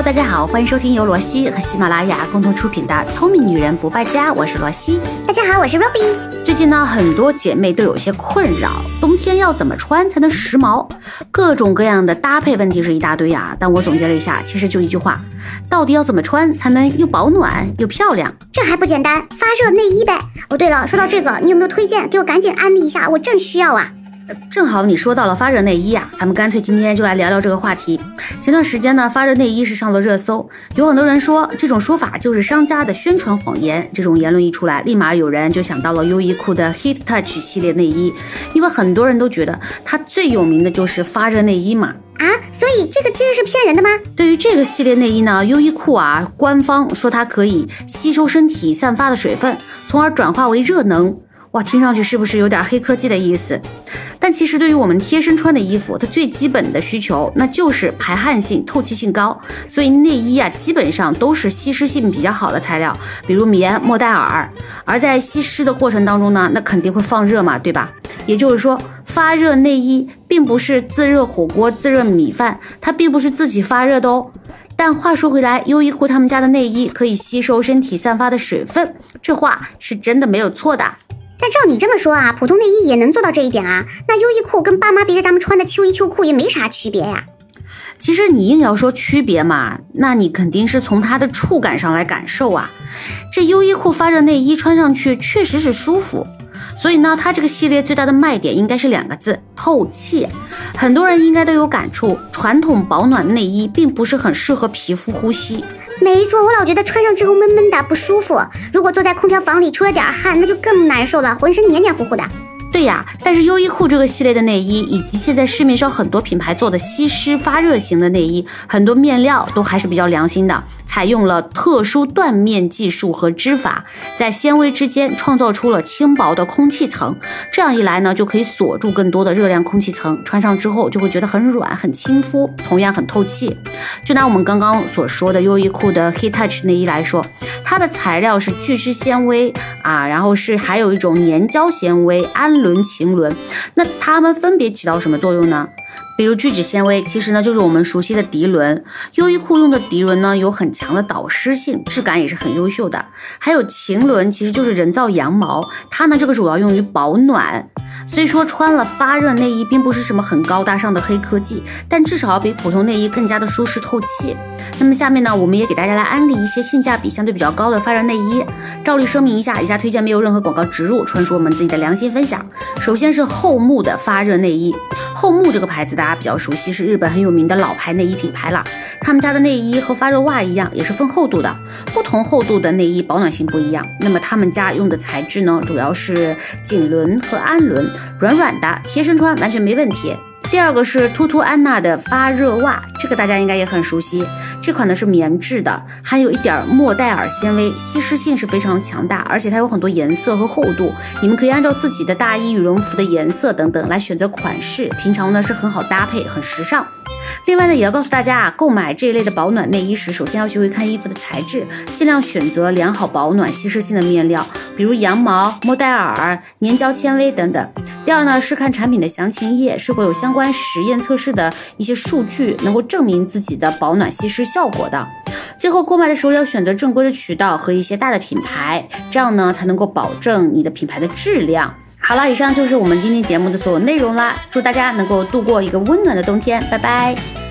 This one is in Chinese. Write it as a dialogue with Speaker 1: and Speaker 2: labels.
Speaker 1: 大家好，欢迎收听由罗西和喜马拉雅共同出品的《聪明女人不败家》，我是罗西。
Speaker 2: 大家好，我是 Robbie。
Speaker 1: 最近呢，很多姐妹都有些困扰，冬天要怎么穿才能时髦？各种各样的搭配问题是一大堆啊。但我总结了一下，其实就一句话：到底要怎么穿才能又保暖又漂亮？
Speaker 2: 这还不简单，发热内衣呗。哦，对了，说到这个，你有没有推荐？给我赶紧安利一下，我正需要啊。
Speaker 1: 正好你说到了发热内衣啊，咱们干脆今天就来聊聊这个话题。前段时间呢，发热内衣是上了热搜，有很多人说这种说法就是商家的宣传谎言。这种言论一出来，立马有人就想到了优衣库的 Heat Touch 系列内衣，因为很多人都觉得它最有名的就是发热内衣嘛。
Speaker 2: 啊，所以这个其实是骗人的吗？
Speaker 1: 对于这个系列内衣呢，优衣库官方说它可以吸收身体散发的水分，从而转化为热能。哇，听上去是不是有点黑科技的意思？但其实对于我们贴身穿的衣服，它最基本的需求那就是排汗性、透气性高，所以内衣基本上都是吸湿性比较好的材料，比如棉、莫代尔。而在吸湿的过程当中呢，那肯定会放热嘛，对吧？也就是说，发热内衣并不是自热火锅、自热米饭，它并不是自己发热的哦。但话说回来，优衣库他们家的内衣可以吸收身体散发的水分，这话是真的没有错的。
Speaker 2: 但照你这么说啊，普通内衣也能做到这一点啊？那优衣库跟爸妈逼着咱们穿的秋衣秋裤也没啥区别呀。
Speaker 1: 其实你硬要说区别嘛，那你肯定是从它的触感上来感受啊。这优衣库发热内衣穿上去确实是舒服，所以呢，它这个系列最大的卖点应该是2个字：透气。很多人应该都有感触，传统保暖内衣并不是很适合皮肤呼吸。
Speaker 2: 没错，我老觉得穿上之后闷闷的不舒服，如果坐在空调房里出了点汗，那就更难受了，浑身黏黏糊糊的。
Speaker 1: 对呀，但是优衣库这个系列的内衣，以及现在市面上很多品牌做的吸湿发热型的内衣，很多面料都还是比较良心的，采用了特殊缎面技术和织法，在纤维之间创造出了轻薄的空气层，这样一来呢，就可以锁住更多的热量空气层，穿上之后就会觉得很软很亲肤，同样很透气。就拿我们刚刚所说的优衣库的 Heat Touch 内衣来说，它的材料是聚酯纤维然后还有一种粘胶纤维氨纶腈纶，那它们分别起到什么作用呢？比如聚酯纤维，其实呢就是我们熟悉的涤纶，优衣库用的涤纶呢有很强的导湿性，质感也是很优秀的。还有腈纶，其实就是人造羊毛，它呢这个主要用于保暖。虽说穿了发热内衣并不是什么很高大上的黑科技，但至少比普通内衣更加的舒适透气。那么下面呢，我们也给大家来安利一些性价比相对比较高的发热内衣。照例声明一下，以下推荐没有任何广告植入，纯属我们自己的良心分享。首先是后木的发热内衣，后木这个牌子大家比较熟悉，是日本很有名的老牌内衣品牌了。他们家的内衣和发热袜一样，也是分厚度的，不同厚度的内衣保暖性不一样。那么他们家用的材质呢，主要是锦纶和氨纶，软软的，贴身穿完全没问题。第二个是兔兔安娜的发热袜，这个大家应该也很熟悉。这款呢是棉质的，含有一点莫代尔纤维，吸湿性是非常强大，而且它有很多颜色和厚度，你们可以按照自己的大衣、羽绒服的颜色等等来选择款式，平常呢是很好搭配，很时尚。另外呢，也要告诉大家购买这一类的保暖内衣时，首先要学会看衣服的材质，尽量选择良好保暖、吸湿性的面料，比如羊毛、莫代尔、粘胶纤维等等。第二呢，是看产品的详情页是否有相关实验测试的一些数据，能够证明自己的保暖吸湿效果的。最后购买的时候要选择正规的渠道和一些大的品牌，这样呢才能够保证你的品牌的质量。好了，以上就是我们今天节目的所有内容啦，祝大家能够度过一个温暖的冬天，拜拜。